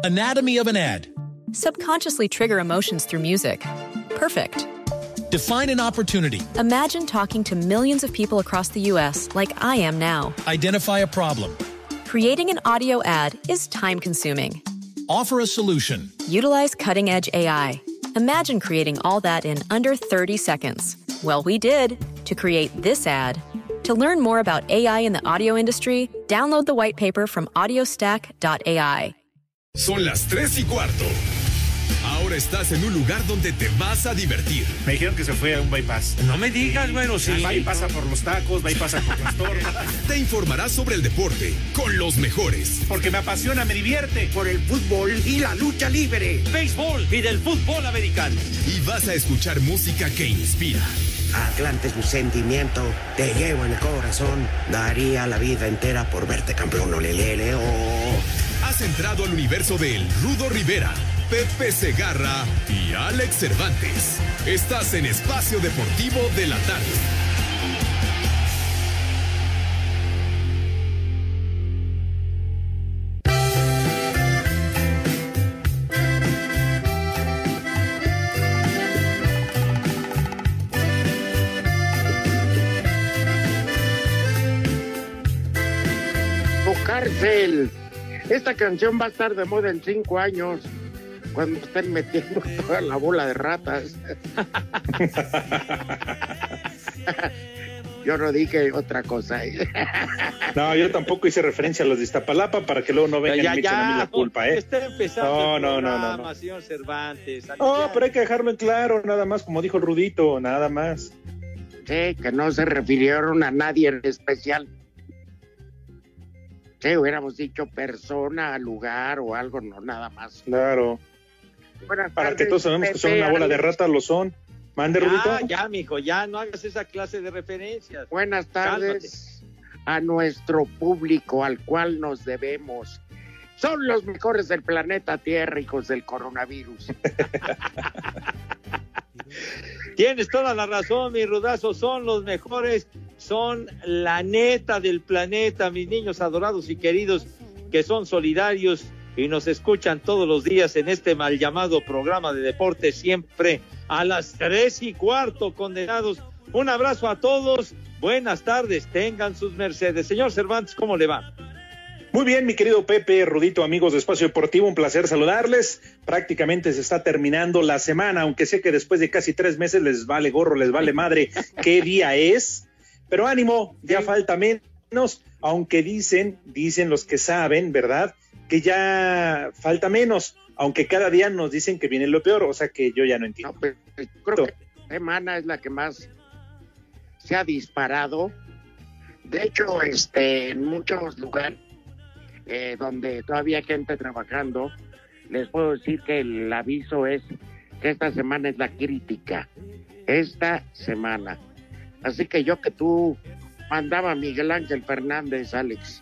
Anatomy of an ad. Subconsciously trigger emotions through music. Perfect. Define an opportunity. Imagine talking to millions of people across the U.S. like I am now. Identify a problem. Creating an audio ad is time-consuming. Offer a solution. Utilize cutting-edge AI. Imagine creating all that in under 30 seconds. Well, we did to create this ad. To learn more about AI in the audio industry, download the white paper from audiostack.ai. Son las 3:15. Ahora estás en un lugar donde te vas a divertir. Me dijeron que se fue a un bypass. No me digas, bueno, sí. Va y pasa por los tacos, va y pasa por las tortas. Te informarás sobre el deporte con los mejores. Porque me apasiona, me divierte. Por el fútbol y la lucha libre. Béisbol y del fútbol americano. Y vas a escuchar música que inspira. Atlante es mi sentimiento, te llevo en el corazón. Daría la vida entera por verte campeón, olelele, oh. Has entrado al universo de El Rudo Rivera, Pepe Segarra y Alex Cervantes. Estás en Espacio Deportivo de la Tarde. Cárcel. Esta canción va a estar de moda en 5 años cuando estén metiendo toda la bola de ratas. Yo no dije otra cosa. No, yo tampoco hice referencia a los de Iztapalapa para que luego no vengan y me echen a mí la culpa, ¿eh? Está empezando No. el programa, señor Cervantes. No, pero hay que dejarlo en claro, nada más, como dijo el Rudito, nada más. Sí, que no se refirieron a nadie en especial. Sí, hubiéramos dicho persona, lugar o algo, no nada más. Claro. Buenas Para tardes, que todos sabemos que son Pepe, una bola de Alex. ratas, lo son. Mande, Rudito. Ya, mijo, ya no hagas esa clase de referencias. Buenas tardes a nuestro público al cual nos debemos. Son los mejores del planeta Tierra, hijos del coronavirus. Tienes toda la razón, mi Rudazo, son los mejores, son la neta del planeta, mis niños adorados y queridos, que son solidarios y nos escuchan todos los días en este mal llamado programa de deporte, siempre a las 3:15, condenados. Un abrazo a todos, buenas tardes, tengan sus mercedes. Señor Cervantes, ¿cómo le va? Muy bien, mi querido Pepe, Rudito, amigos de Espacio Deportivo, un placer saludarles. Prácticamente se está terminando la semana, aunque sé que después de casi 3 meses les vale gorro, les vale madre qué día es. Pero ánimo, ya falta menos, aunque dicen los que saben, ¿verdad?, que ya falta menos, aunque cada día nos dicen que viene lo peor, o sea que yo ya no entiendo. No, pues, creo que esta semana es la que más se ha disparado. De hecho, en muchos lugares donde todavía hay gente trabajando, les puedo decir que el aviso es que esta semana es la crítica. Esta semana. Así que yo que tú mandaba a Miguel Ángel Fernández, Alex.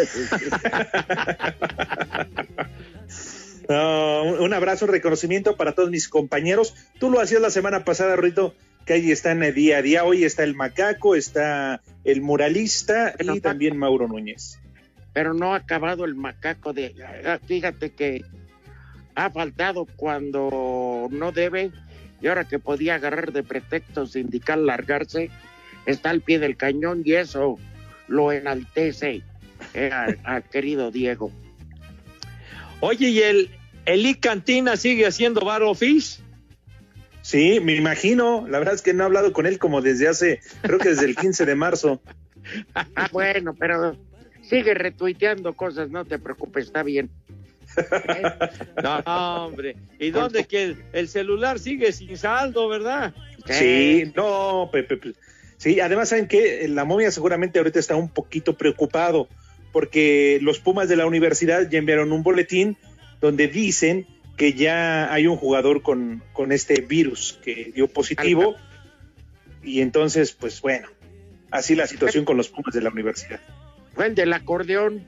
Un abrazo, un reconocimiento para todos mis compañeros. Tú lo hacías la semana pasada, Rito, que ahí están día a día. Hoy está el Macaco, está el Muralista y también Mauro Núñez. Pero no ha acabado el Macaco fíjate que ha faltado cuando no debe, y ahora que podía agarrar de pretexto sindical largarse, está al pie del cañón y eso lo enaltece al querido Diego. Oye, ¿y el Eli Cantina sigue haciendo bar office? Sí, me imagino, la verdad es que no he hablado con él como creo que desde el 15 de marzo. Bueno, pero sigue retuiteando cosas, no te preocupes, está bien. No, hombre, ¿y dónde que el celular sigue sin saldo, verdad? Sí, no, Pepe. Sí, además, ¿saben qué? La Momia seguramente ahorita está un poquito preocupado porque los Pumas de la universidad ya enviaron un boletín donde dicen que ya hay un jugador con este virus que dio positivo y entonces, pues bueno, así la situación con los Pumas de la universidad. Fue el del acordeón.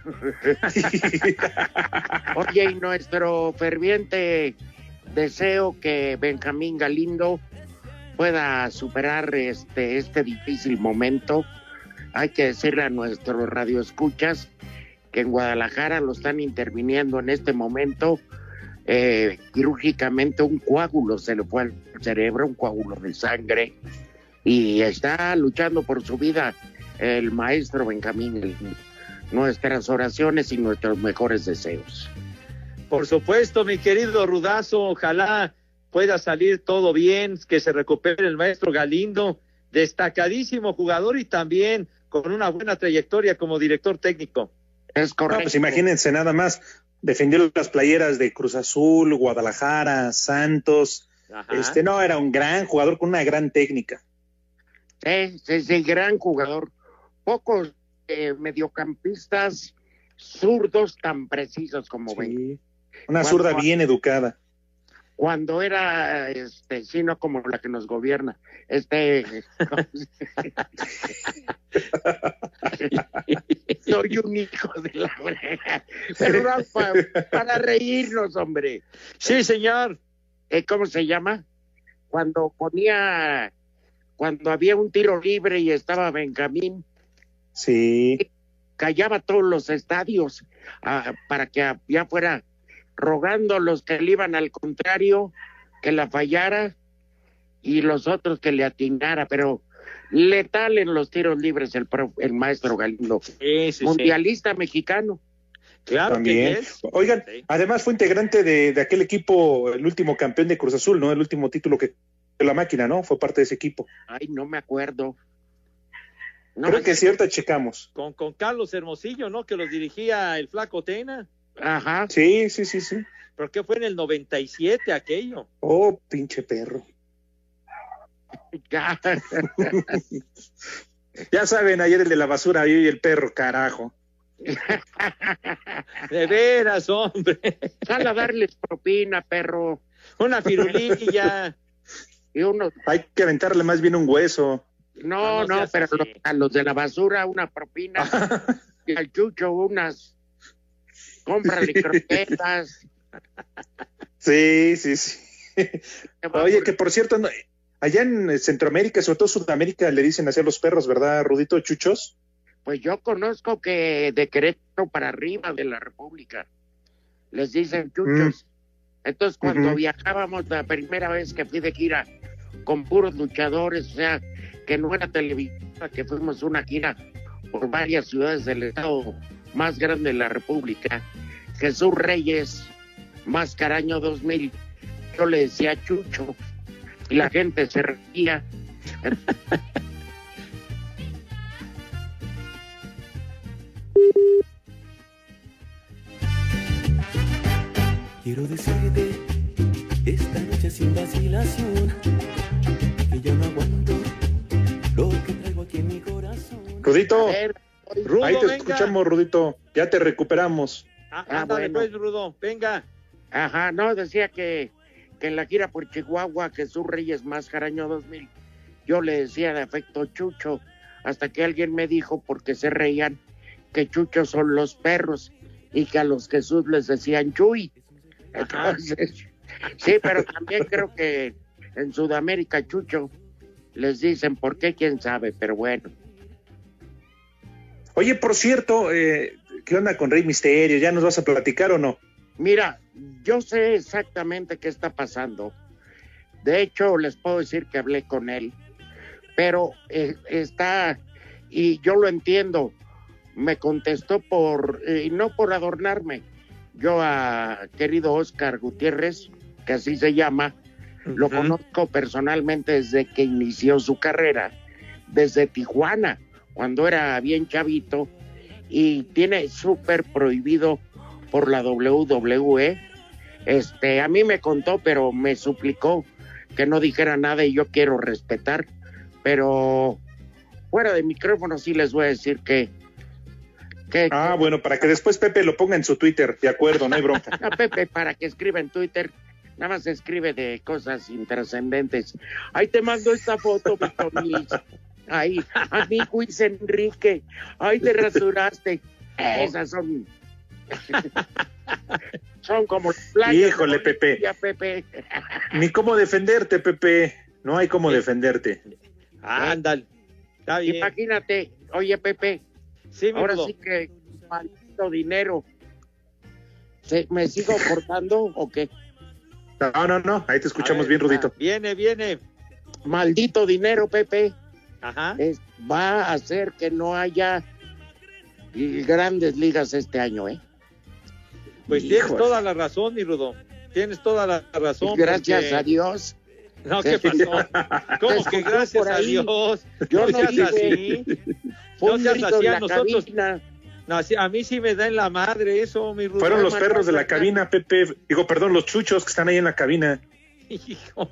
Oye, y nuestro ferviente deseo que Benjamín Galindo pueda superar este difícil momento. Hay que decirle a nuestros radioescuchas que en Guadalajara lo están interviniendo en este momento quirúrgicamente. Un coágulo se le fue al cerebro, un coágulo de sangre, y está luchando por su vida el maestro Benjamín. Nuestras oraciones y nuestros mejores deseos. Por supuesto, mi querido Rudazo, ojalá pueda salir todo bien, que se recupere el maestro Galindo, destacadísimo jugador y también con una buena trayectoria como director técnico. Es correcto. No, pues imagínense nada más, defendió las playeras de Cruz Azul, Guadalajara, Santos. Ajá. No, era un gran jugador con una gran técnica. Sí, gran jugador. Pocos mediocampistas zurdos tan precisos como Ben. Una zurda bien educada. Cuando era, no como la que nos gobierna, soy un hijo de la brega, pero para reírnos, hombre. Sí, señor. ¿Cómo se llama? Cuando había un tiro libre y estaba Benjamín, sí, callaba todos los estadios para que ya fuera rogando los que le iban al contrario que la fallara y los otros que le atinara, pero letal en los tiros libres el maestro Galindo, mundialista mexicano. Claro. También. Que es. Oigan, Sí. además fue integrante de aquel equipo, el último campeón de Cruz Azul, ¿no? El último título que la máquina, ¿no? Fue parte de ese equipo. Ay, no me acuerdo. No, Creo que sí, ahorita checamos. Con Carlos Hermosillo, ¿no? Que los dirigía el Flaco Tena. Ajá. Sí. ¿Pero qué fue en el 97 aquello? Oh, pinche perro. Ya. Ya saben, ayer el de la basura y hoy el perro, carajo. De veras, hombre. Sal a darles propina, perro. Una firulilla. Y unos... Hay que aventarle más bien un hueso. No, pero así. a los de la basura una propina. Y al Chucho unas. Cómprale croquetas. Sí. Oye, que por cierto, allá en Centroamérica, sobre todo Sudamérica, le dicen así a los perros, ¿verdad, Rudito? ¿Chuchos? Pues yo conozco que de Querétaro para arriba de la República les dicen chuchos. Entonces cuando viajábamos la primera vez que fui de gira con puros luchadores, o sea, que no era televisiva, que fuimos una gira por varias ciudades del estado más grande de la República, Jesús Reyes, Mascaraño 2000, yo le decía Chucho y la gente se reía. Quiero decirte esta noche sin vacilación que ya no aguanto lo que traigo aquí en mi corazón. Rudito, Rudo, ahí te venga. escuchamos, Rudito. Ya te recuperamos. Ándale, bueno. pues, Rudo, venga. Ajá, no, decía que en la gira por Chihuahua, Jesús Reyes Mascaraño 2000, yo le decía de afecto Chucho, hasta que alguien me dijo, porque se reían, que Chucho son los perros y que a los Jesús les decían Chuy. Entonces, sí, pero también creo que en Sudamérica Chucho les dicen por qué, quién sabe, pero bueno. Oye, por cierto, ¿qué onda con Rey Misterio? ¿Ya nos vas a platicar o no? Mira, yo sé exactamente qué está pasando. De hecho, les puedo decir que hablé con él, pero está, y yo lo entiendo, me contestó no por adornarme. Yo a querido Oscar Gutiérrez, que así se llama, lo conozco personalmente desde que inició su carrera, desde Tijuana, cuando era bien chavito, y tiene súper prohibido por la WWE. A mí me contó, pero me suplicó que no dijera nada y yo quiero respetar, pero fuera de micrófono sí les voy a decir que bueno, para que después Pepe lo ponga en su Twitter, de acuerdo, no hay bronca. a Pepe para que escriba en Twitter, nada más escribe de cosas intrascendentes. Ahí te mando esta foto, Víctor Luis. Ahí, amigo Luis Enrique, ahí te rasuraste. Esas son como playas. Híjole, Pepe. Pepe. Ni cómo defenderte, Pepe. No hay cómo defenderte. Ándale. Está bien. Imagínate, oye, Pepe, Sí, mi ahora Rudo. sí que Maldito dinero. ¿Me sigo cortando o qué? No, ahí te escuchamos bien, Rudito. Viene. Maldito dinero, Pepe. Ajá. Va a hacer que no haya grandes ligas este año, ¿eh? Pues tienes toda la razón, mi Rudo. Tienes toda la razón. Gracias a Dios. No, ¿qué pasó? ¿Cómo que gracias a Dios? Yo no seas dije. así. No seas así a nosotros. Cabina. No, a mí sí me da en la madre eso, mi Rudo. Fueron los perros de la cabina, Pepe. Perdón, los chuchos que están ahí en la cabina. Hijo.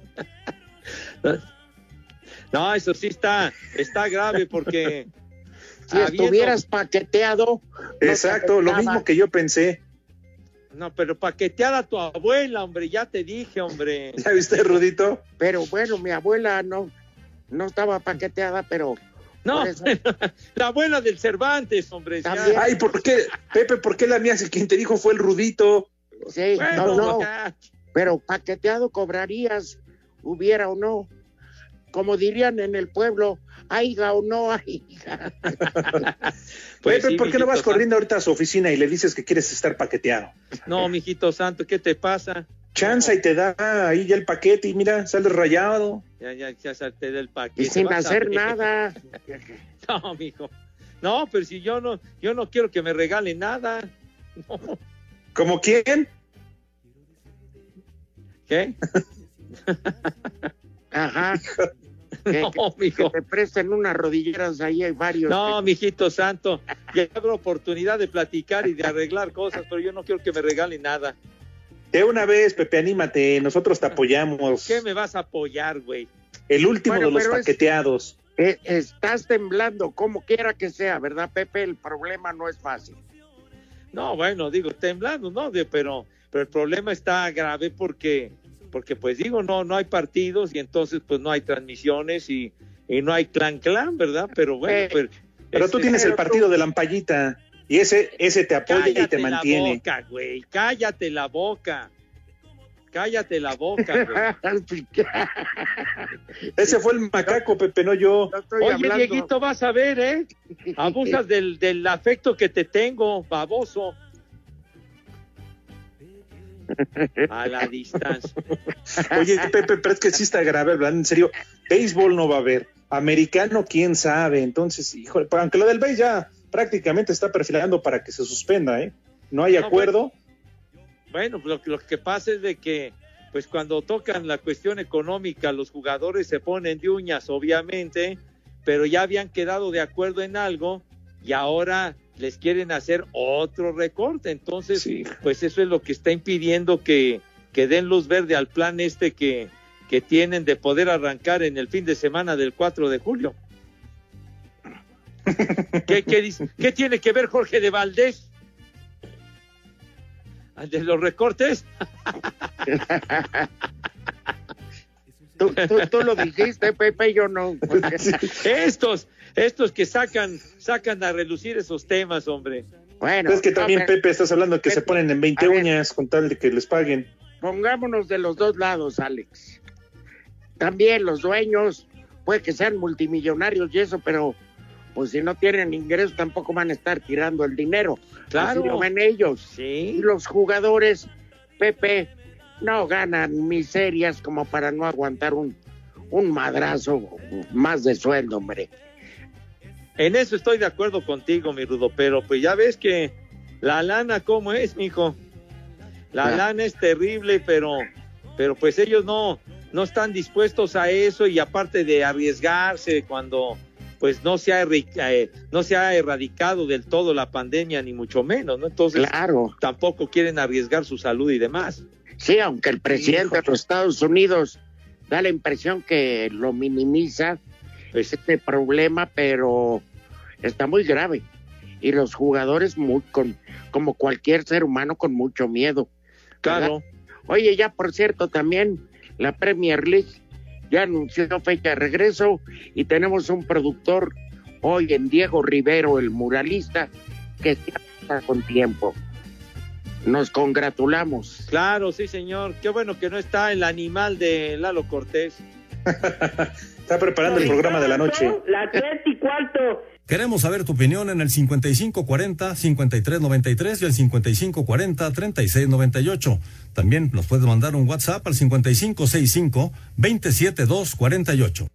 No, eso sí está grave porque... Si estuvieras paqueteado... Exacto, lo mismo que yo pensé. No, pero paqueteada tu abuela, hombre, ya te dije, hombre. ¿Ya viste, Rudito? Pero bueno, mi abuela no estaba paqueteada, pero... No, la abuela del Cervantes, hombre. Ay, ¿por qué? Pepe, ¿por qué la mía? Si quien te dijo fue el Rudito. Sí, bueno, no. Pero paqueteado cobrarías, hubiera o no. Como dirían en el pueblo, haiga o no haiga. Pues Pepe, sí, ¿por qué no vas corriendo ahorita a su oficina y le dices que quieres estar paqueteado? No, mijito santo, ¿qué te pasa? Chanza y te da ahí ya el paquete y mira, sales rayado. Ya salte del paquete. Y sin hacer nada. No, mijo. No, pero si yo no quiero que me regalen nada. No. ¿Cómo quién? ¿Qué? Ajá. Mijo. Que te presten unas rodilleras, ahí hay varios. No, mijito santo, ya habrá oportunidad de platicar y de arreglar cosas, pero yo no quiero que me regalen nada. De una vez, Pepe, anímate, nosotros te apoyamos. ¿Qué me vas a apoyar, güey? El último de los paqueteados. Estás temblando, como quiera que sea, ¿verdad, Pepe? El problema no es fácil. No, bueno, digo, temblando, ¿no? Pero el problema está grave porque pues digo, no hay partidos y entonces pues no hay transmisiones y no hay clan, ¿verdad? Pero bueno, pero tú tienes el partido de la Ampallita y ese te apoya y te mantiene. Cállate la boca, güey. Ese fue el macaco, Pepe, no yo. Oye, hablando. Dieguito, vas a ver, ¿eh? Abusas del afecto que te tengo, baboso. A la distancia. Oye, Pepe, pero es que sí está grave, hablando en serio. Béisbol no va a haber, americano quién sabe. Entonces, híjole, aunque lo del béis ya prácticamente está perfilando para que se suspenda, no hay acuerdo. Bueno, lo que pasa es de que pues cuando tocan la cuestión económica los jugadores se ponen de uñas, obviamente, pero ya habían quedado de acuerdo en algo y ahora les quieren hacer otro recorte, entonces sí. Pues eso es lo que está impidiendo que den luz verde al plan que tienen de poder arrancar en el fin de semana del 4 de julio. ¿Qué tiene que ver Jorge de Valdés? ¿De los recortes? Tú lo dijiste, Pepe, yo no. Porque... Estos que sacan a relucir esos temas, hombre. Bueno. Es que también, Pepe, estás hablando que Pepe, se ponen en 20 uñas con tal de que les paguen. Pongámonos de los dos lados, Alex. También los dueños, puede que sean multimillonarios y eso, pero pues si no tienen ingresos tampoco van a estar tirando el dinero. Claro. Así lo ven ellos. Sí. Y los jugadores, Pepe, no ganan miserias como para no aguantar un madrazo más de sueldo, hombre. En eso estoy de acuerdo contigo, mi Rudo, pero pues ya ves que la lana, ¿cómo es, mijo? La lana es terrible, pero pues ellos no están dispuestos a eso y aparte de arriesgarse cuando pues no se ha erradicado del todo la pandemia, ni mucho menos, ¿no? Entonces, claro, tampoco quieren arriesgar su salud y demás. Sí, aunque el presidente de los Estados Unidos da la impresión que lo minimiza este problema, pero está muy grave. Y los jugadores, como cualquier ser humano, con mucho miedo. Claro. Oye, ya por cierto, también la Premier League ya anunció fecha de regreso y tenemos un productor hoy en Diego Rivero, el muralista, que está con tiempo. Nos congratulamos. Claro, sí, señor. Qué bueno que no está el animal de Lalo Cortés. Está preparando el programa de la noche. Las 3:15 Queremos saber tu opinión en el 5540-5393 y el 5540-3698. También nos puedes mandar un WhatsApp al 5565-27248.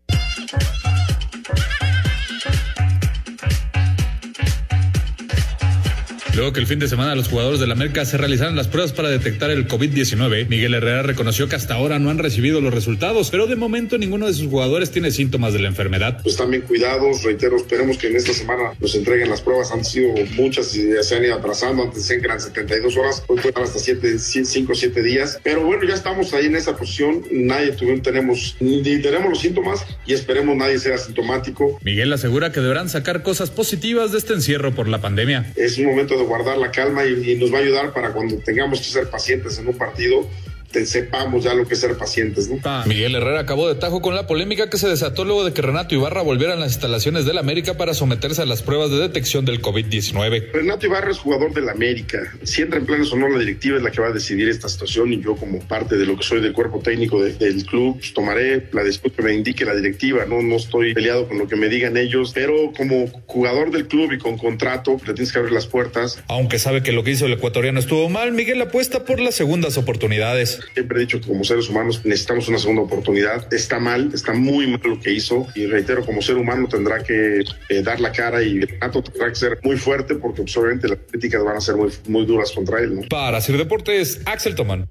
Luego que el fin de semana los jugadores del América se realizaron las pruebas para detectar el COVID-19, Miguel Herrera reconoció que hasta ahora no han recibido los resultados, pero de momento ninguno de sus jugadores tiene síntomas de la enfermedad. Pues también cuidados, reitero, esperemos que en esta semana nos entreguen las pruebas. Han sido muchas y se han ido atrasando, antes decían que eran 72 horas, hoy pueden hasta 5 o 7 días, pero bueno, ya estamos ahí en esa posición, nadie tenemos los síntomas y esperemos nadie sea asintomático. Miguel asegura que deberán sacar cosas positivas de este encierro por la pandemia. Es un momento de guardar la calma y nos va a ayudar para cuando tengamos que ser pacientes en un partido, sepamos ya lo que es ser pacientes, ¿no? Miguel Herrera acabó de tajo con la polémica que se desató luego de que Renato Ibarra volviera a las instalaciones del América para someterse a las pruebas de detección del COVID-19. Renato Ibarra es jugador del América. Si entra en planes o no, la directiva es la que va a decidir esta situación, y yo, como parte de lo que soy del cuerpo técnico del club, pues tomaré la decisión que me indique la directiva. No estoy peleado con lo que me digan ellos, pero como jugador del club y con contrato, le tienes que abrir las puertas. Aunque sabe que lo que hizo el ecuatoriano estuvo mal, Miguel apuesta por las segundas oportunidades. Siempre he dicho que como seres humanos necesitamos una segunda oportunidad. Está muy mal lo que hizo, y reitero, como ser humano tendrá que dar la cara, y Renato tendrá que ser muy fuerte, porque pues, obviamente las críticas van a ser muy, muy duras contra él, ¿no? Para Sir Deportes, Axel Tomán.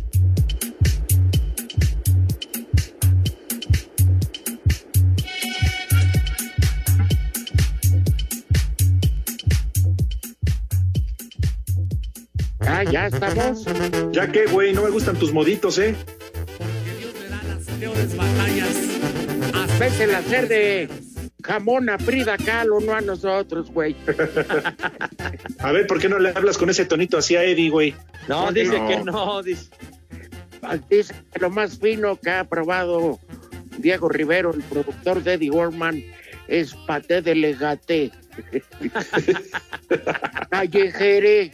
Ya estamos. Ya que, güey, no me gustan tus moditos, Porque Dios le da las peores batallas. Hazte el hacer de jamón a Frida Kahlo, no a nosotros, güey. A ver, ¿por qué no le hablas con ese tonito así a Eddie, güey? No, dice que no, dice. Dice que lo más fino que ha probado Diego Rivero, el productor de Eddie Workman, es paté de legate. Callejere.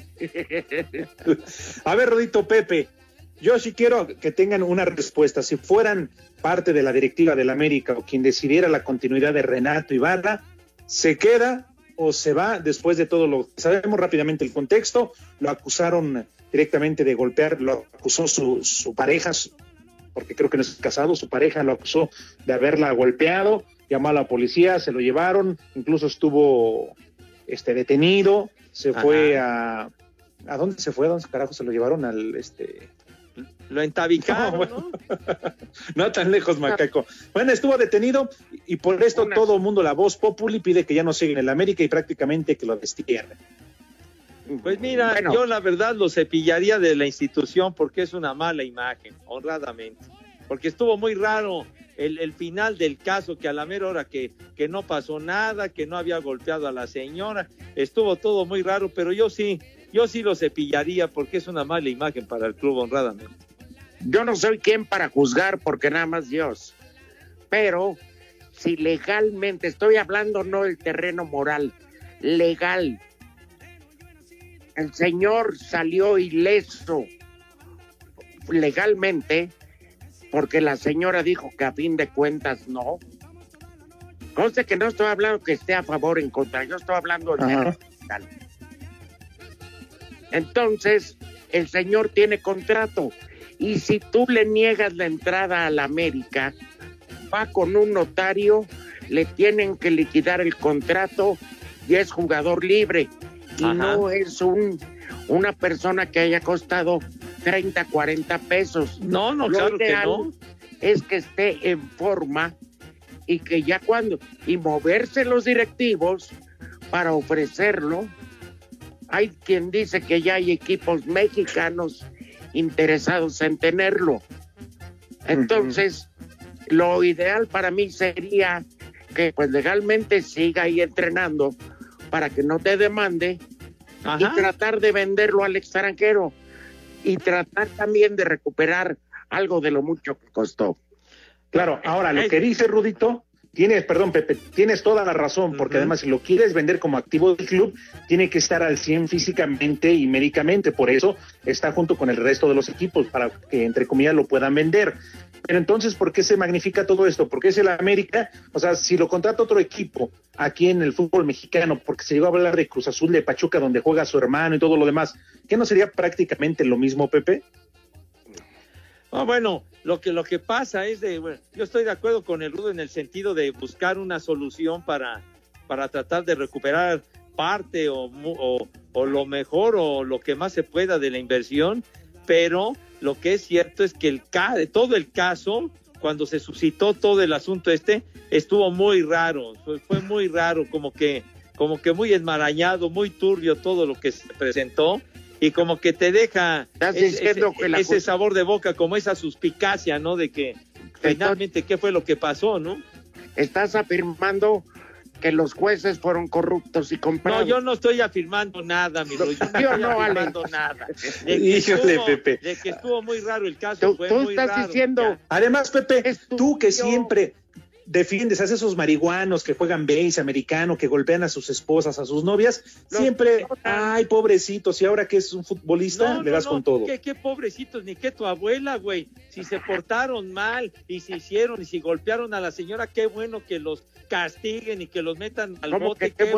A ver, Rodito, Pepe, yo sí quiero que tengan una respuesta. Si fueran parte de la directiva del América o quien decidiera la continuidad de Renato Ibarra, ¿se queda o se va después de todo lo que sabemos? Rápidamente el contexto: lo acusaron directamente de golpear, lo acusó su pareja, porque creo que no es casado, su pareja lo acusó de haberla golpeado, llamó a la policía, se lo llevaron, incluso estuvo detenido, se fue a dónde se fue, a dónde carajo se lo llevaron, lo entabicaron, ¿no? No tan lejos, macaco. Bueno, estuvo detenido, y por esto todo el mundo, la voz populi, pide que ya no siga en el América y prácticamente que lo destierren. Pues mira, bueno, yo la verdad lo cepillaría de la institución, porque es una mala imagen, honradamente, porque estuvo muy raro el final del caso, que a la mera hora que no pasó nada, que no había golpeado a la señora, estuvo todo muy raro, pero yo sí lo cepillaría, porque es una mala imagen para el club, honradamente. Yo no soy quien para juzgar, porque nada más Dios, pero si legalmente, estoy hablando no del terreno moral, legal, el señor salió ileso legalmente, porque la señora dijo que a fin de cuentas no. Conste que no estoy hablando que esté a favor o en contra, yo estoy hablando del legal. Entonces, el señor tiene contrato, y si tú le niegas la entrada a la América, va con un notario, le tienen que liquidar el contrato y es jugador libre. Y no es una persona que haya costado 30, 40 pesos. No, lo claro ideal que no. Es que esté en forma, y que ya y moverse los directivos para ofrecerlo. Hay quien dice que ya hay equipos mexicanos interesados en tenerlo. Entonces, lo ideal para mí sería que pues legalmente siga ahí entrenando para que no te demande, y tratar de venderlo al extranjero, y tratar también de recuperar algo de lo mucho que costó. Claro, ahora lo que dice Rudito Pepe, tienes toda la razón, porque además si lo quieres vender como activo del club, tiene que estar al 100 físicamente y médicamente, por eso está junto con el resto de los equipos, para que entre comillas lo puedan vender. Pero entonces, ¿por qué se magnifica todo esto? Porque es el América, o sea, si lo contrata otro equipo aquí en el fútbol mexicano, porque se llegó a hablar de Cruz Azul de Pachuca, donde juega su hermano y todo lo demás, ¿qué no sería prácticamente lo mismo, Pepe? Bueno, lo que pasa es yo estoy de acuerdo con el Rudo en el sentido de buscar una solución para tratar de recuperar parte o lo mejor o lo que más se pueda de la inversión, pero lo que es cierto es que todo el caso, cuando se suscitó todo el asunto estuvo muy raro, fue muy raro, como que muy enmarañado, muy turbio todo lo que se presentó, y como que te deja ese sabor de boca, como esa suspicacia, ¿no? De que finalmente qué fue lo que pasó, ¿no? Estás afirmando que los jueces fueron corruptos y comprados. No, yo no estoy afirmando nada, mi Rudo, yo no estoy afirmando nada. Pepe. De que estuvo muy raro el caso, fue tú muy estás raro. Diciendo... Además, Pepe, tú que siempre defiendes a esos marihuanos que juegan base americano, que golpean a sus esposas, a sus novias, siempre, ay, pobrecitos, y ahora que es un futbolista, le das con todo. ¿Qué pobrecitos? Ni que tu abuela, güey, si se portaron mal, y si hicieron, y si golpearon a la señora, qué bueno que los castiguen y que los metan al bote, qué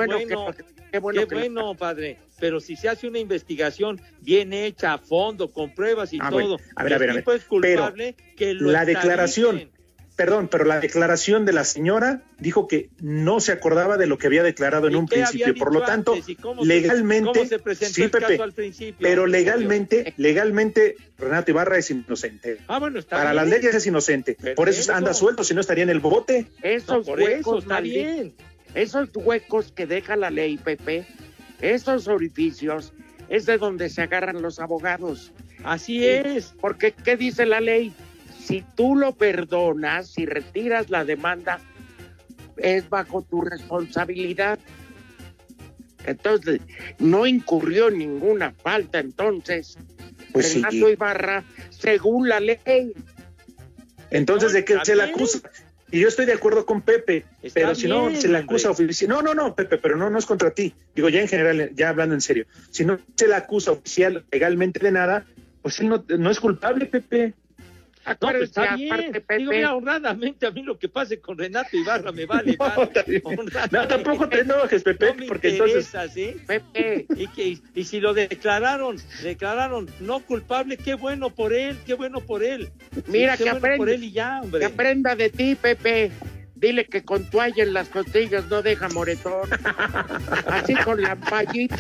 bueno, padre. Pero si se hace una investigación bien hecha, a fondo, con pruebas y todo, a ver, el tipo es culpable, que lo la declaración... Perdón, pero la declaración de la señora dijo que no se acordaba de lo que había declarado en un principio, por lo tanto, legalmente, sí, Pepe, pero legalmente Renato Ibarra es inocente. Bueno, está para bien. Las leyes es inocente, por eso anda suelto, si no estaría en el bote. Esos huecos, esos huecos que deja la ley, Pepe, esos orificios, es de donde se agarran los abogados. Así es. Porque, ¿qué dice la ley? Si tú lo perdonas, si retiras la demanda, es bajo tu responsabilidad. Entonces, no incurrió en ninguna falta, entonces, pues Renato Ibarra, según la ley. Entonces, ¿de qué se le acusa? Y yo estoy de acuerdo con Pepe, pero si no se le acusa oficial, no, Pepe, pero no es contra ti. Digo, ya en general, ya hablando en serio, si no se le acusa oficial legalmente de nada, pues él no es culpable, Pepe. No, pues está bien. Pepe. Digo, mira, honradamente, a mí lo que pase con Renato Ibarra me vale. No, tampoco te enojes, Pepe, no porque entonces... ¿sí? Pepe. Y si lo declararon no culpable, qué bueno por él. Mira, sí, que aprenda, por él y ya, hombre. Que aprenda de ti, Pepe. Dile que con toalla en las costillas no deja moretón. Así con la payita.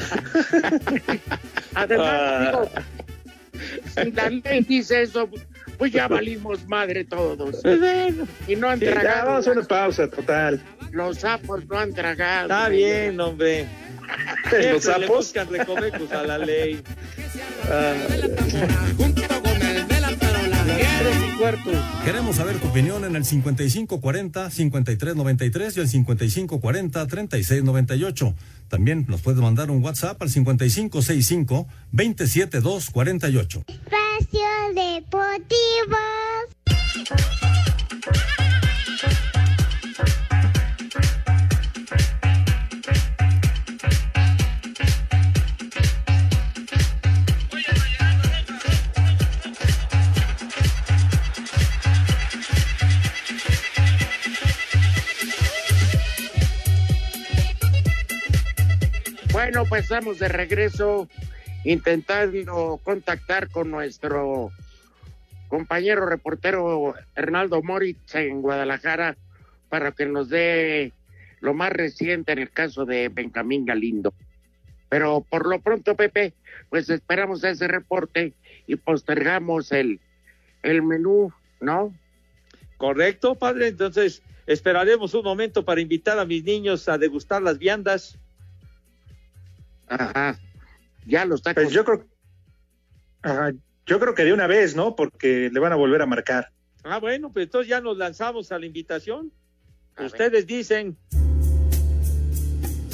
Además, digo, si la ley dice eso, pues ya valimos madre todos. Y no han tragado. Vamos a una pausa, total. Los sapos no han tragado. Está bien, hombre. ¿Los sapos? Le buscan recovecos a la ley. Junto con el de la tarola. Queremos saber tu opinión en el 5540-5393 y el 5540-3698. También nos puedes mandar un WhatsApp al 5565-27248. Espacio Deportivo. Bueno, pues estamos de regreso intentando contactar con nuestro compañero reportero Hernaldo Moritz en Guadalajara para que nos dé lo más reciente en el caso de Benjamín Galindo. Pero por lo pronto, Pepe, pues esperamos ese reporte y postergamos el menú, ¿no? Correcto, padre. Entonces esperaremos un momento para invitar a mis niños a degustar las viandas. Ajá, ya lo está. Pues yo creo que de una vez, ¿no? Porque le van a volver a marcar. Bueno, pues entonces ya nos lanzamos a la invitación. Ustedes dicen.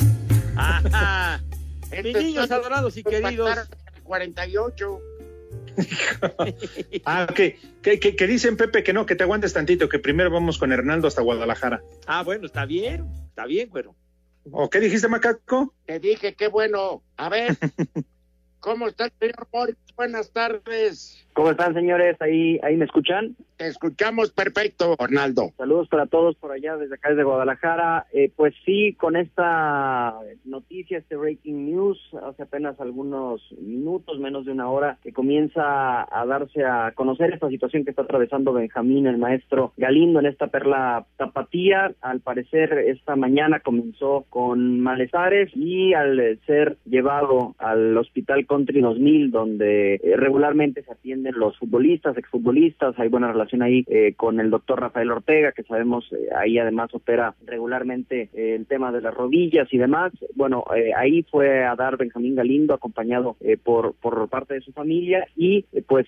Ajá. Mis niños adorados y queridos. 48. Ok. Que dicen, Pepe, que no, que te aguantes tantito, que primero vamos con Hernaldo hasta Guadalajara. Bueno, está bien, güero. ¿O qué dijiste, Macaco? Te dije, qué bueno. A ver, ¿cómo está el señor Moritz? Buenas tardes. ¿Cómo están, señores? ¿Ahí me escuchan? Te escuchamos perfecto, Arnaldo. Saludos para todos por allá, desde acá, desde Guadalajara. Pues sí, con esta noticia, este breaking news, hace apenas algunos minutos, menos de una hora, que comienza a darse a conocer esta situación que está atravesando Benjamín, el maestro Galindo, en esta perla tapatía. Al parecer, esta mañana comenzó con malestares y al ser llevado al Hospital Country 2000, donde regularmente se atienden los futbolistas, exfutbolistas, hay buena relación ahí con el doctor Rafael Ortega, que sabemos ahí además opera regularmente el tema de las rodillas y demás. Bueno, ahí fue a dar Benjamín Galindo, acompañado por parte de su familia, y pues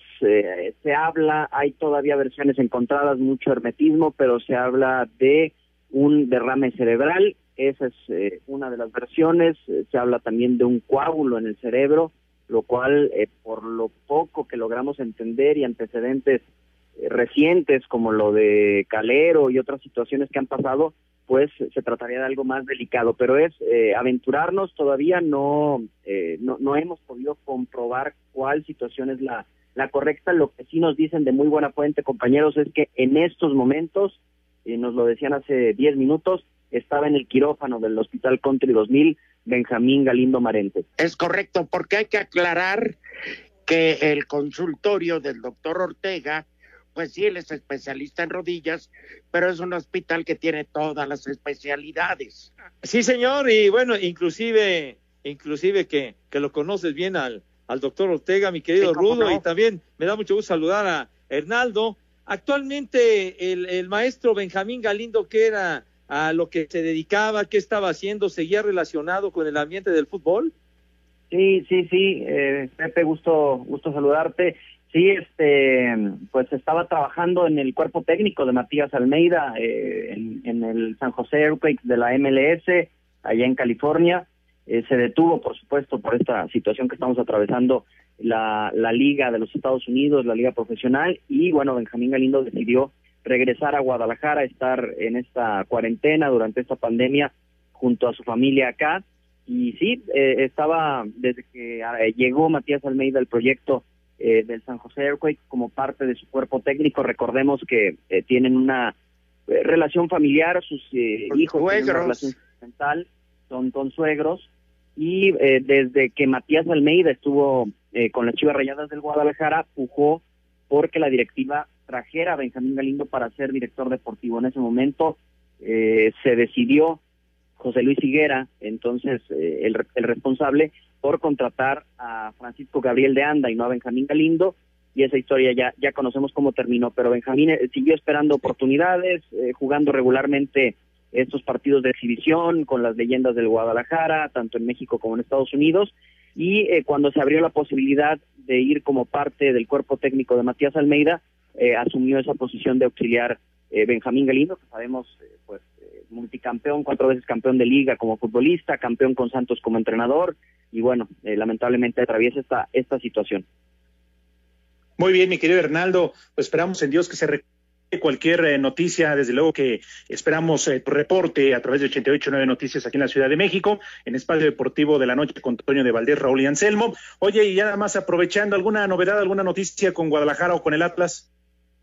se habla, hay todavía versiones encontradas, mucho hermetismo, pero se habla de un derrame cerebral. Esa es una de las versiones. Se habla también de un coágulo en el cerebro, lo cual, por lo poco que logramos entender y antecedentes recientes como lo de Calero y otras situaciones que han pasado, pues se trataría de algo más delicado, pero es aventurarnos. Todavía no hemos podido comprobar cuál situación es la correcta. Lo que sí nos dicen de muy buena fuente, compañeros, es que en estos momentos, nos lo decían hace 10 minutos, estaba en el quirófano del Hospital Country 2000 Benjamín Galindo Marente. Es correcto, porque hay que aclarar que el consultorio del doctor Ortega, pues sí, él es especialista en rodillas, pero es un hospital que tiene todas las especialidades. Sí, señor, y bueno, inclusive que lo conoces bien al doctor Ortega, mi querido Rudo, no. Y también me da mucho gusto saludar a Hernaldo. Actualmente el maestro Benjamín Galindo, ¿qué era a lo que se dedicaba? ¿Qué estaba haciendo? ¿Seguía relacionado con el ambiente del fútbol? Sí, Pepe, gusto saludarte. Sí, pues estaba trabajando en el cuerpo técnico de Matías Almeida, en el San José Earthquakes de la MLS, allá en California. Se detuvo, por supuesto, por esta situación que estamos atravesando la Liga de los Estados Unidos, la Liga Profesional, y bueno, Benjamín Galindo decidió regresar a Guadalajara, estar en esta cuarentena durante esta pandemia junto a su familia acá. Y sí, estaba desde que llegó Matías Almeida al proyecto del San José Earthquake como parte de su cuerpo técnico. Recordemos que tienen una relación familiar, sus hijos tienen una relación sentimental, son suegros, y desde que Matías Almeida estuvo con las Chivas Rayadas del Guadalajara, pujó porque la directiva trajera a Benjamín Galindo para ser director deportivo. En ese momento se decidió José Luis Higuera, entonces el responsable, por contratar a Francisco Gabriel de Anda y no a Benjamín Galindo, y esa historia ya conocemos cómo terminó, pero Benjamín siguió esperando oportunidades, jugando regularmente estos partidos de exhibición con las leyendas del Guadalajara, tanto en México como en Estados Unidos, y cuando se abrió la posibilidad de ir como parte del cuerpo técnico de Matías Almeida, asumió esa posición de auxiliar Benjamín Galindo, que sabemos, multicampeón, 4 veces campeón de liga como futbolista, campeón con Santos como entrenador, y bueno, lamentablemente atraviesa esta situación. Muy bien, mi querido Hernaldo, pues esperamos en Dios que se recupere cualquier noticia. Desde luego que esperamos tu reporte a través de 88.9 Noticias aquí en la Ciudad de México, en Espacio Deportivo de la Noche con Antonio de Valdés, Raúl y Anselmo. Oye, y ya nada más aprovechando, ¿alguna novedad, alguna noticia con Guadalajara o con el Atlas?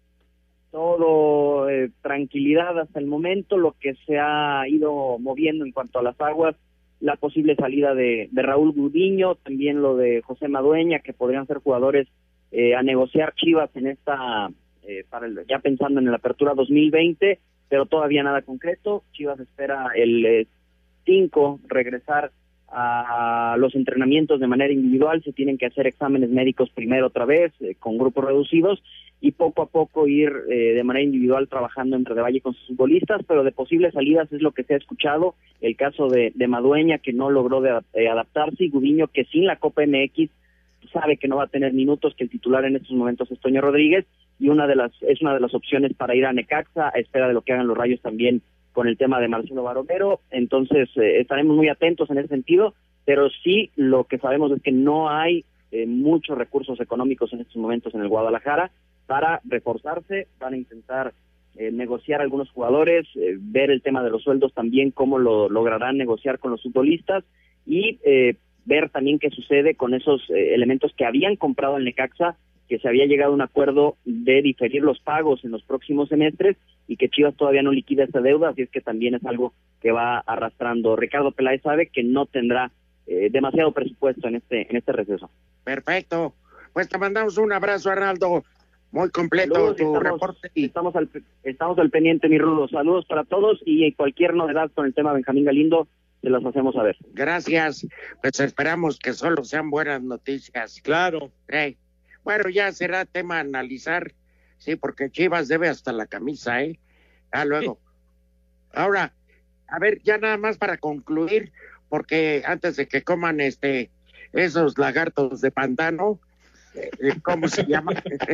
Todo tranquilidad hasta el momento. Lo que se ha ido moviendo en cuanto a las aguas, la posible salida de Raúl Gudiño, también lo de José Madueña, que podrían ser jugadores a negociar Chivas en esta, ya pensando en la apertura 2020, pero todavía nada concreto. Chivas espera el 5 regresar a los entrenamientos de manera individual. Se tienen que hacer exámenes médicos primero otra vez, con grupos reducidos, y poco a poco ir de manera individual trabajando en Valle con sus futbolistas, pero de posibles salidas es lo que se ha escuchado. El caso de Madueña, que no logró adaptarse, y Gudiño, que sin la Copa MX sabe que no va a tener minutos, que el titular en estos momentos es Toño Rodríguez, y es una de las opciones para ir a Necaxa, a espera de lo que hagan los Rayos también con el tema de Marcelo Barovero. Entonces estaremos muy atentos en ese sentido, pero sí lo que sabemos es que no hay muchos recursos económicos en estos momentos en el Guadalajara para reforzarse, van a intentar negociar algunos jugadores, ver el tema de los sueldos también, cómo lo lograrán negociar con los futbolistas y ver también qué sucede con esos elementos que habían comprado el Necaxa, que se había llegado a un acuerdo de diferir los pagos en los próximos semestres y que Chivas todavía no liquida esta deuda, así es que también es algo que va arrastrando. Ricardo Peláez sabe que no tendrá demasiado presupuesto en este receso. Perfecto, pues te mandamos un abrazo, Arnaldo, muy completo. Saludos, tu reporte. Estamos al pendiente, mi Rudo. Saludos para todos y cualquier novedad con el tema Benjamín Galindo se las hacemos saber. Gracias, pues esperamos que solo sean buenas noticias. Claro. Bueno, ya será tema a analizar, sí, porque Chivas debe hasta la camisa, luego. Ahora, a ver, ya nada más para concluir, porque antes de que coman esos lagartos de pantano, ¿cómo se llama?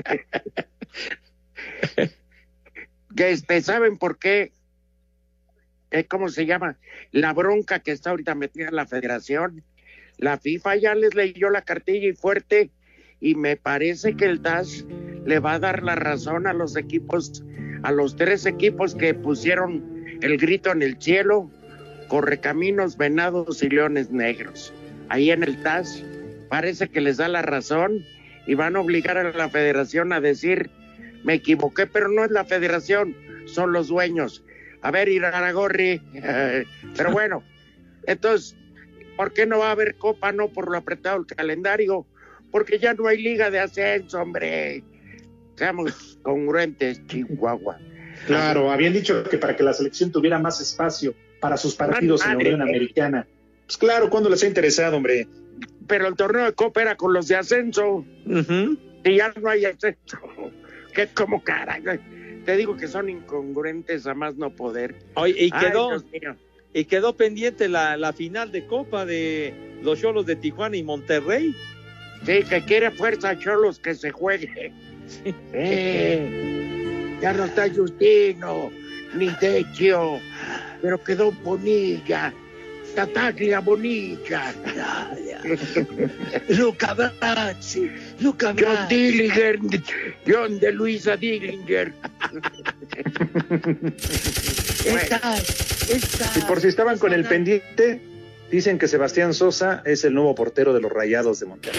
Que ¿saben por qué? ¿Cómo se llama? La bronca que está ahorita metida en la federación. La FIFA ya les leyó la cartilla y fuerte, y me parece que el TAS le va a dar la razón a los equipos, a los 3 equipos que pusieron el grito en el cielo: Correcaminos, Venados y Leones Negros. Ahí en el TAS parece que les da la razón y van a obligar a la federación a decir: me equivoqué, pero no es la federación, son los dueños. A ver, Iraragorri, pero bueno, entonces, ¿por qué no va a haber copa? No por lo apretado el calendario, porque ya no hay liga de ascenso, hombre. Seamos congruentes, Chihuahua. Claro, habían dicho que para que la selección tuviera más espacio para sus partidos en la Unión Americana. Pues claro, ¿cuándo les ha interesado, hombre? Pero el torneo de copa era con los de ascenso. Y ya no hay ascenso. Que como carajo. Te digo que son incongruentes a más no poder. Oye, y quedó pendiente la final de Copa de los Xolos de Tijuana y Monterrey. Sí, que quiere fuerza Xolos que se juegue. Sí. Ya no está Justino, ni Decio, pero quedó Bonilla, Tataglia Bonilla. Luca Brasi, John Dillinger, John de Luisa Dillinger. Y por si estaban con el pendiente, dicen que Sebastián Sosa es el nuevo portero de los Rayados de Monterrey.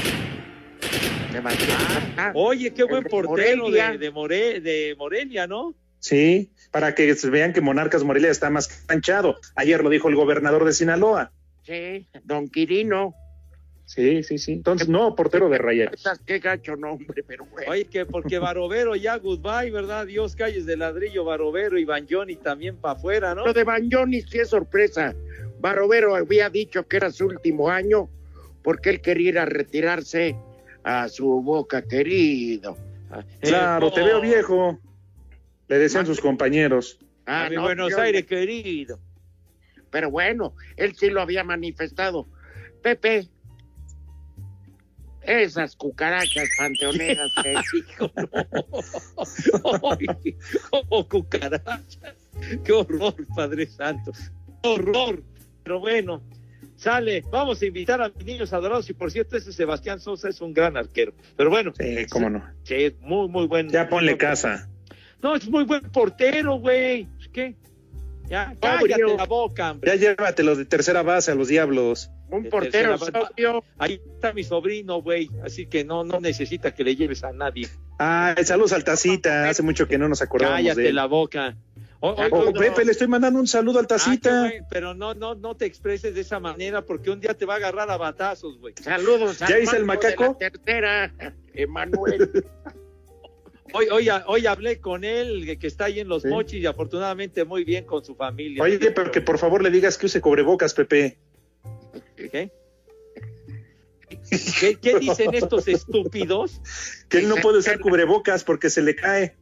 Oye, qué buen portero de Morelia, ¿no? Sí, para que vean que Monarcas Morelia está más canchado. Ayer lo dijo el gobernador de Sinaloa. Sí, don Quirino. Sí. Entonces, no, portero de Rayados. Qué gacho nombre, pero bueno. Oye, que porque Barovero ya goodbye, ¿verdad? Dios, calles de ladrillo, Barovero y Banjoni también para afuera, ¿no? Lo de Banjoni sí es sorpresa. Barovero había dicho que era su último año porque él quería ir a retirarse a su Boca querido. Claro, te veo viejo, le decían sus compañeros. A mi Buenos Aires querido. Pero bueno, él sí lo había manifestado. Pepe, esas cucarachas panteoneras que... Hijo, no. Ay, como cucarachas. Qué horror, Padre Santo. Qué horror. Pero bueno, sale. Vamos a invitar a mis niños adorados. Y por cierto, ese Sebastián Sosa es un gran arquero. Pero bueno. Sí, cómo no. Sí, es muy, muy buen. Ya ponle casa. No, es muy buen portero, güey. ¿Qué? Ya, cállate la boca, hombre. Ya llévatelos de tercera base a los Diablos. Un portero sobrio. Ahí está mi sobrino, güey. Así que no necesita que le lleves a nadie. Saludos al Tacita. Hace mucho que no nos acordamos de él. Cállate la boca. Pepe, le estoy mandando un saludo al Tacita. Pero no te expreses de esa manera porque un día te va a agarrar a batazos, güey. Saludos. ¿Ya hice el macaco? De la tercera, Emanuel. Hoy hablé con él, que está ahí en Los Mochis, y afortunadamente muy bien con su familia. Oye, pero que por favor le digas que use cubrebocas, Pepe. ¿Qué dicen estos estúpidos? Que él no puede usar cubrebocas porque se le cae.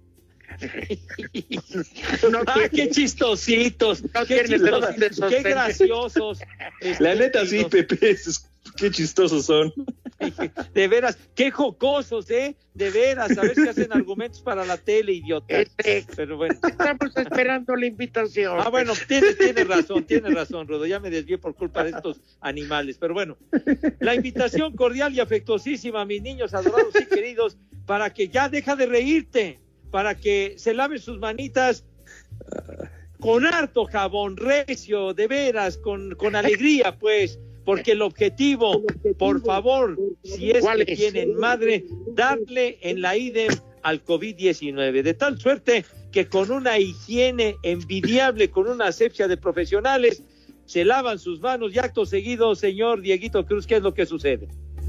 Qué chistositos, qué graciosos. La neta sí, Pepe, qué chistosos son. De veras, qué jocosos, ¿eh? De veras, a ver si hacen argumentos para la tele, idiota. Pero bueno. Estamos esperando la invitación. Ah, bueno, tienes razón, Rodo, ya me desvié por culpa de estos animales, pero bueno. La invitación cordial y afectuosísima, mis niños adorados y queridos, para que ya deja de reírte, para que se laven sus manitas con harto jabón recio, de veras, con alegría, pues, porque el objetivo, por favor, si es que tienen madre, darle en la IDEM al COVID-19, de tal suerte que con una higiene envidiable, con una asepsia de profesionales, se lavan sus manos y acto seguido, señor Dieguito Cruz, ¿qué es lo que sucede?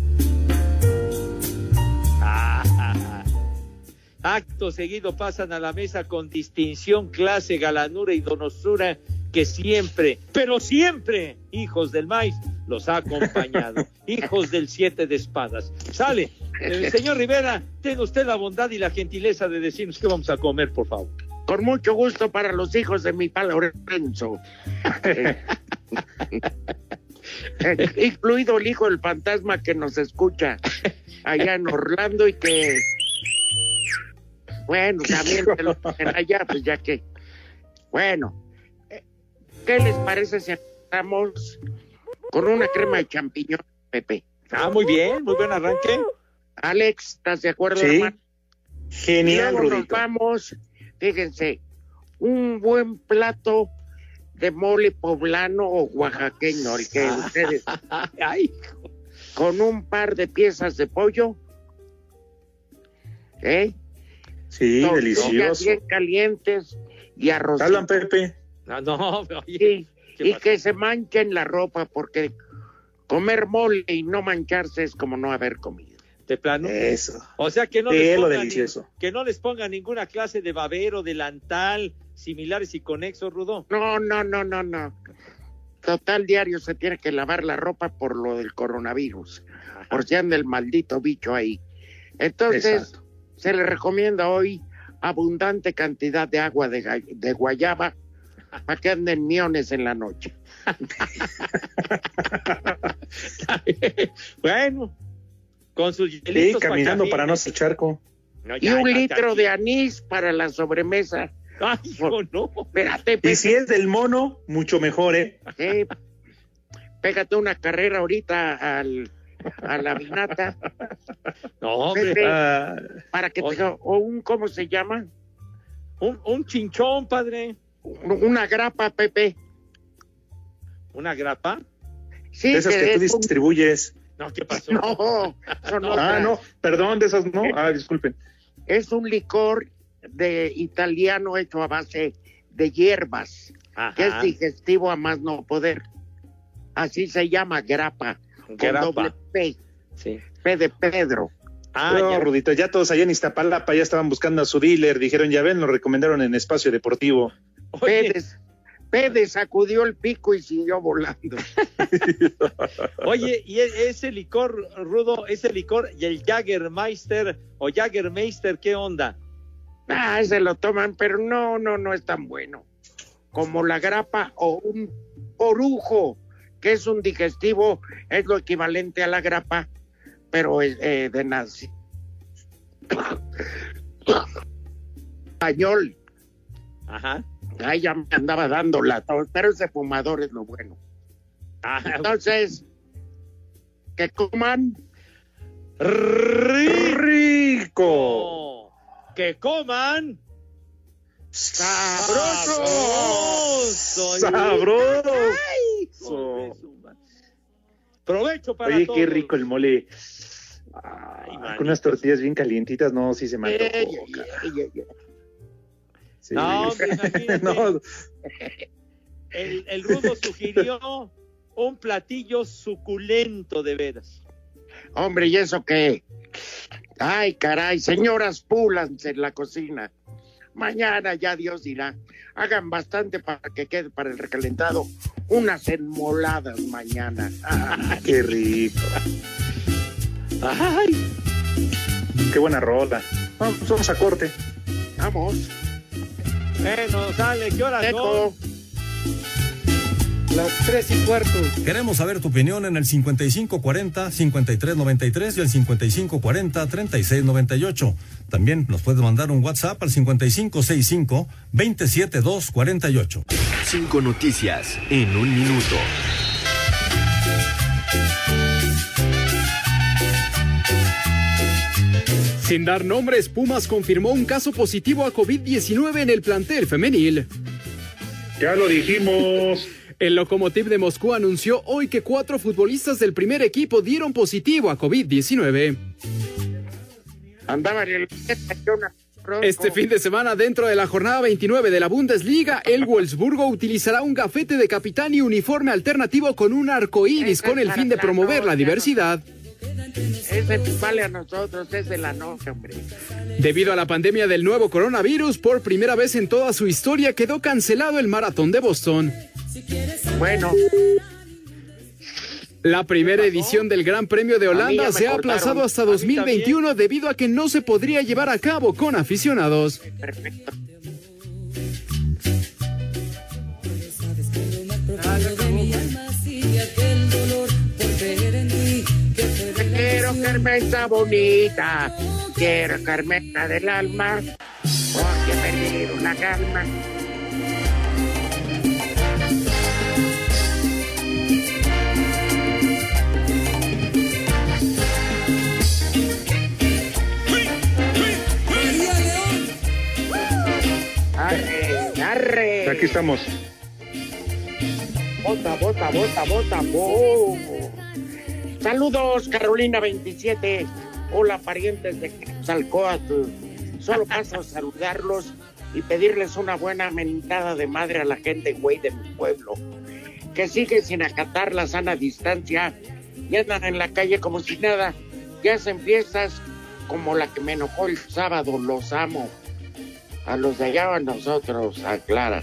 Acto seguido pasan a la mesa con distinción, clase, galanura y donosura que siempre, pero siempre, hijos del maíz, los ha acompañado. Hijos del 7 de espadas. Sale. Señor Rivera, tenga usted la bondad y la gentileza de decirnos qué vamos a comer, por favor. Con mucho gusto para los hijos de mi pa Lorenzo. Incluido el hijo del fantasma que nos escucha allá en Orlando y que... Bueno, también te lo ponen allá, pues ya que... Bueno, ¿qué les parece si estamos con una crema de champiñón, Pepe? Ah, muy bien, muy buen arranque. Alex, ¿estás de acuerdo, sí, hermano? Genial, Luego Rudito. nos vamos, fíjense, un buen plato de mole poblano o oaxaqueño, el que ustedes... Ay, con un par de piezas de pollo, Sí, tortillas delicioso. bien calientes y arroz. Hablan, Pepe. No, oye, Sí, y que se manchen la ropa, porque comer mole y no mancharse es como no haber comido. De plano. Eso. O sea que no Sí, les lo pongan delicioso. que no les pongan ninguna clase de babero, delantal, similares y conexos, Rudo. No. Total, diario se tiene que lavar la ropa por lo del coronavirus, por si anda el maldito bicho ahí. Entonces, Exacto. se le recomienda hoy abundante cantidad de agua de guayaba para que anden miones en la noche. Bueno, con sus Sí, hielitos caminando café. para no hacer charco. No, Y ya, un ya, litro ya. de anís para la sobremesa. Ay, hijo, no. Espérate, Y si es del mono, mucho mejor, ¿eh? Pégate una carrera ahorita a la vinata. No, hombre. Pepe, Ah, para que te... O un, ¿cómo se llama? Un chinchón, padre. Una grapa, Pepe. ¿Una grapa? Sí, esas que tú es un- distribuyes. No, ¿qué pasó? No, son Ah, otras. no, perdón, de esas no. Ah, disculpen. Es un licor de italiano hecho a base de hierbas, Ajá. que es digestivo a más no poder. Así se llama grapa, con Grapa. doble P, Sí. P de Pedro. Ah, No, ya. Rudito, ya todos allá en Iztapalapa ya estaban buscando a su dealer. Dijeron, ya ven, lo recomendaron en Espacio Deportivo. Oye, Pérez sacudió el pico y siguió volando. Oye, y ese licor, Rudo, ese licor y el Jägermeister o Jägermeister, ¿qué onda? Se lo toman, pero no es tan bueno como la grapa o un orujo, que es un digestivo, es lo equivalente a la grapa, pero de nazi. Español. Ajá. Ahí ya me andaba dando la tos, pero ese fumador es lo bueno. Entonces, que coman rico. Que coman sabroso. Sabroso. Provecho para Oye, todos. qué rico el mole. Con unas tortillas bien calientitas, no, sí se me antojó. Sí. No, hombre, imagínate. No. El Rudo sugirió un platillo suculento, de veras. Hombre, ¿y eso qué? Ay, caray, señoras, púlanse en la cocina. Mañana ya Dios dirá. Hagan bastante para que quede para el recalentado unas enmoladas mañana. Qué rico. Ay, qué buena rola. Vamos a corte. Vamos. Bueno, sale, ¿qué hora son? Las 3:15. Queremos saber tu opinión en el 5540-5393 y el 5540-3698. También nos puedes mandar un WhatsApp al 5565-27248. 5 noticias en un minuto. Sin dar nombres, Pumas confirmó un caso positivo a COVID-19 en el plantel femenil. Ya lo dijimos. El Lokomotiv de Moscú anunció hoy que 4 futbolistas del primer equipo dieron positivo a COVID-19. Andaban en Este fin de semana, dentro de la jornada 29 de la Bundesliga, el Wolfsburgo utilizará un gafete de capitán y uniforme alternativo con un arcoíris con el fin de promover la diversidad. Ese vale a nosotros, es de la noche, hombre. Debido a la pandemia del nuevo coronavirus, por primera vez en toda su historia quedó cancelado el maratón de Boston. Bueno. La primera edición del Gran Premio de Holanda se ha aplazado hasta 2021 debido a que no se podría llevar a cabo con aficionados. Perfecto. Quiero Carmenta bonita, quiero Carmenta del alma, porque pedir una calma. Arre, arre. Aquí estamos. Bota, bota, bota, bota, bo. Saludos, Carolina 27. Hola, parientes de Quetzalcóatl. Solo paso a saludarlos y pedirles una buena mentada de madre a la gente güey de mi pueblo, que sigue sin acatar la sana distancia y andan en la calle como si nada, y hacen fiestas como la que me enojó el sábado. Los amo. A los de allá, a nosotros, a Clara.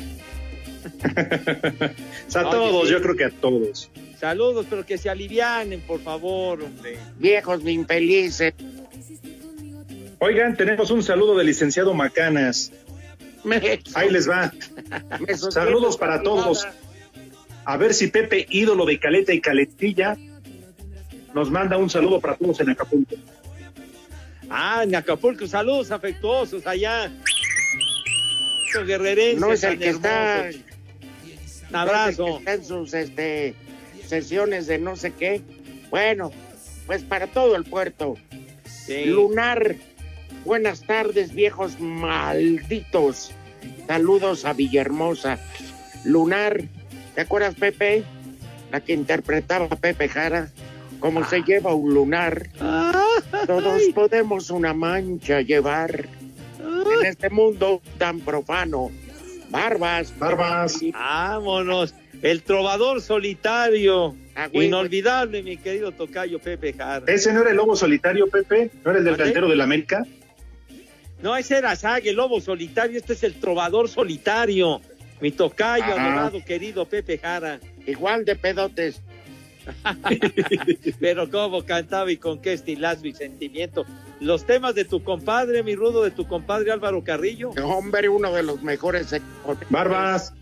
A todos, yo creo que a todos. Saludos, pero que se alivianen, por favor, hombre. Viejos infelices. Oigan, tenemos un saludo del licenciado Macanas. Ahí les va. Saludos para todos. A ver si Pepe, ídolo de Caleta y Caletilla, nos manda un saludo para todos en Acapulco. Ah, en Acapulco, saludos afectuosos allá. Guerrerenses, no es el que está. Un abrazo. No es el que está en sus sesiones de no sé qué. Bueno, pues para todo el puerto. Sí. Lunar, buenas tardes, viejos malditos. Saludos a Villahermosa. Lunar, ¿te acuerdas, Pepe? La que interpretaba a Pepe Jara. ¿Cómo se lleva un lunar? Todos podemos una mancha llevar. En este mundo tan profano. Barbas. Vámonos. El trovador solitario. Inolvidable, mi querido tocayo Pepe Jara. ¿Ese no era el lobo solitario, Pepe? ¿No era el del delantero del América? No, ese era Sague, el lobo solitario. Este es el trovador solitario. Mi tocayo, adorado, querido Pepe Jara. Igual de pedotes. Pero cómo cantaba y con qué estilazo y sentimiento. Los temas de tu compadre, mi rudo, de tu compadre Álvaro Carrillo. Hombre, uno de los mejores. Barbas.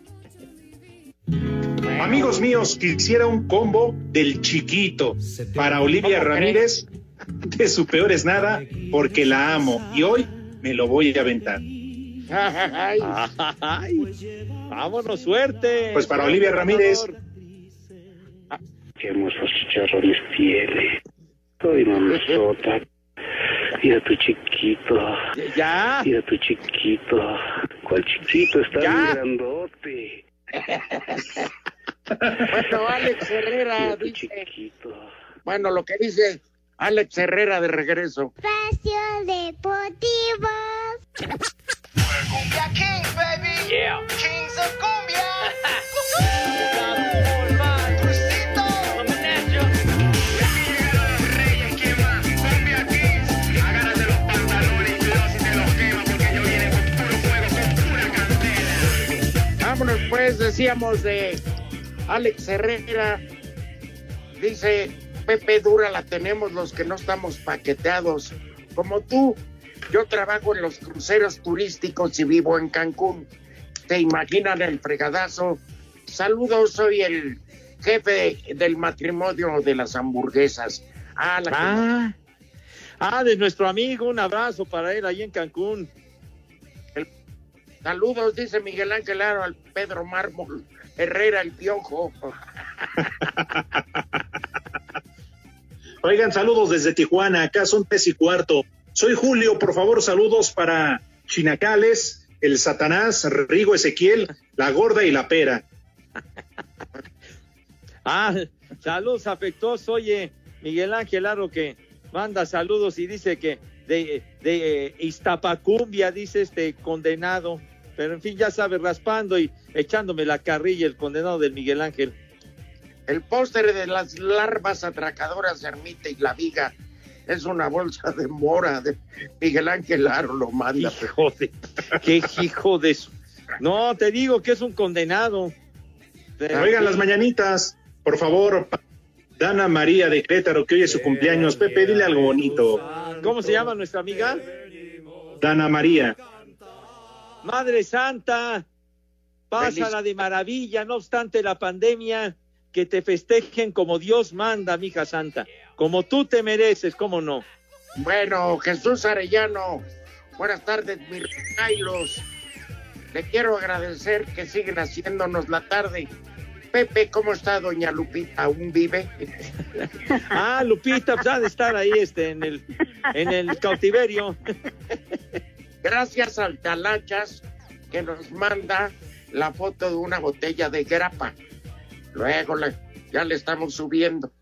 Amigos míos, quisiera un combo del Chiquito para Olivia Ramírez, de su peor es nada, porque la amo y hoy me lo voy a aventar. Vámonos, suerte. Pues para Olivia Ramírez. Qué hermosos chicharrones tiene. Soy mamazota. Mira tu chiquito. Ya. Mira tu chiquito. ¿Cuál chiquito? Está muy grandote. Bueno, Alex Herrera dice. Chiquito. Bueno, lo que dice Alex Herrera de regreso. Espacio Deportivo. Cumbia Kings, baby. Yeah. Kings of Cumbia. Vámonos pues, decíamos de Alex Herrera, dice Pepe Dura la tenemos los que no estamos paqueteados, como tú. Yo trabajo en los cruceros turísticos y vivo en Cancún. ¿Te imaginan el fregadazo Saludos, soy el jefe del matrimonio de las hamburguesas. De nuestro amigo, un abrazo para él ahí en Cancún. Saludos, dice Miguel Ángel Aro, al Pedro Mármol Herrera, el Piojo. Oigan, saludos desde Tijuana, acá son 3:15. Soy Julio, por favor, saludos para Chinacales, el Satanás, Rigo Ezequiel, la Gorda y la Pera. Saludos afectuosos, oye, Miguel Ángel Aro que manda saludos y dice que de Iztapacumbia, dice este condenado, pero en fin, ya sabe, raspando y echándome la carrilla el condenado del Miguel Ángel. El póster de las larvas atracadoras de Ermita y la Viga es una bolsa de mora de Miguel Ángel Aro, lo manda. Qué hijo de eso. No, te digo que es un condenado. Oigan las mañanitas, por favor. Dana María de Querétaro, que hoy es su cumpleaños. Pepe, dile algo bonito. ¿Cómo se llama nuestra amiga? Dana María. Madre Santa, pásala de maravilla, no obstante la pandemia, que te festejen como Dios manda, mija santa, como tú te mereces, ¿cómo no? Bueno, Jesús Arellano, buenas tardes, mis Kairos. Le quiero agradecer que siguen haciéndonos la tarde. Pepe, ¿cómo está doña Lupita? ¿Aún vive? Lupita, pues ha de estar ahí en el cautiverio. Gracias al Talachas, que nos manda la foto de una botella de grapa. Luego ya le estamos subiendo.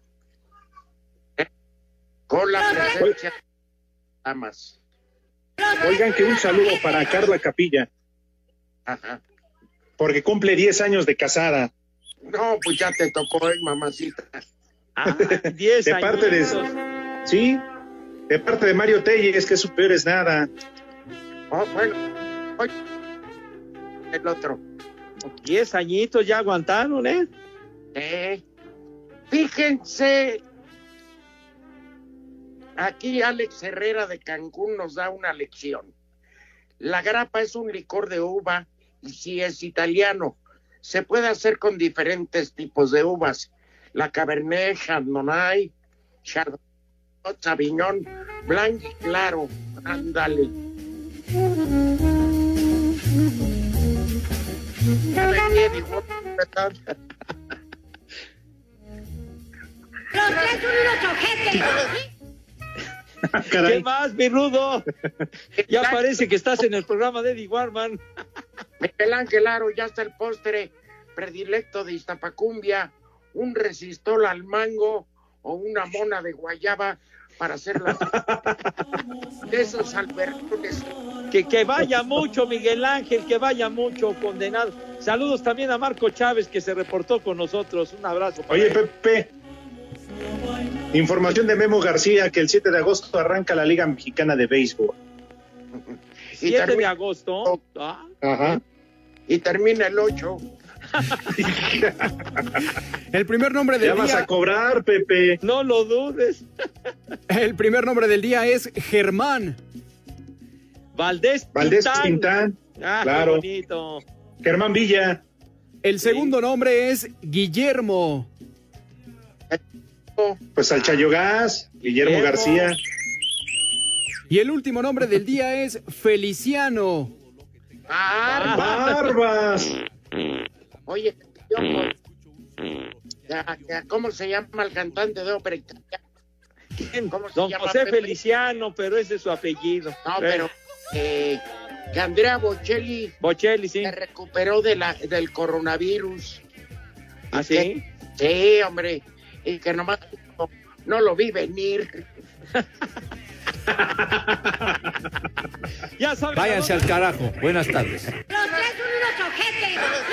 Con la presencia de damas. Oigan, que un saludo para Carla Capilla. Ajá. Porque cumple 10 años de casada. No, pues ya te tocó, mamacita. 10 de parte años. De parte de Mario Telles, que su peor es nada. Bueno, oye, el otro. 10 añitos ya aguantaron, Fíjense, aquí Alex Herrera de Cancún nos da una lección. La grappa es un licor de uva y si es italiano, se puede hacer con diferentes tipos de uvas. La Cabernet, Chardonnay, Chardonnay, Sauvignon, Blanc y Claro. Ándale. ¿Qué más, mi Rudo? Ya parece que estás en el programa de Eddie Warman. Miguel Ángel Aro, ya está el postre predilecto de Iztapacumbia, un resistol al mango o una mona de guayaba para hacer de esos albertones. Que vaya mucho, Miguel Ángel, que vaya mucho, condenado. Saludos también a Marco Chávez, que se reportó con nosotros. Un abrazo. Oye, Pepe, información de Memo García, que el 7 de agosto arranca la Liga Mexicana de Béisbol. 7 de agosto. Ajá. Y termina el 8. El primer nombre del día. Ya vas a cobrar, Pepe. No lo dudes. El primer nombre del día es Germán Valdés Tintán. Claro. Qué bonito. Germán Villa. El segundo nombre es Guillermo. Pues al Chayogás, Guillermo García. Y el último nombre del día es Feliciano. ¡Barbas! Oye, ¿cómo se llama el cantante de ópera italiana? Don José Feliciano, pero ese es su apellido. No, pero que Andrea Bocelli sí. se recuperó del coronavirus. ¿Ah, sí? Sí, hombre, y que nomás no lo vi venir. Ya saben. Váyanse al carajo. Buenas tardes. Los tres son unos ojetes.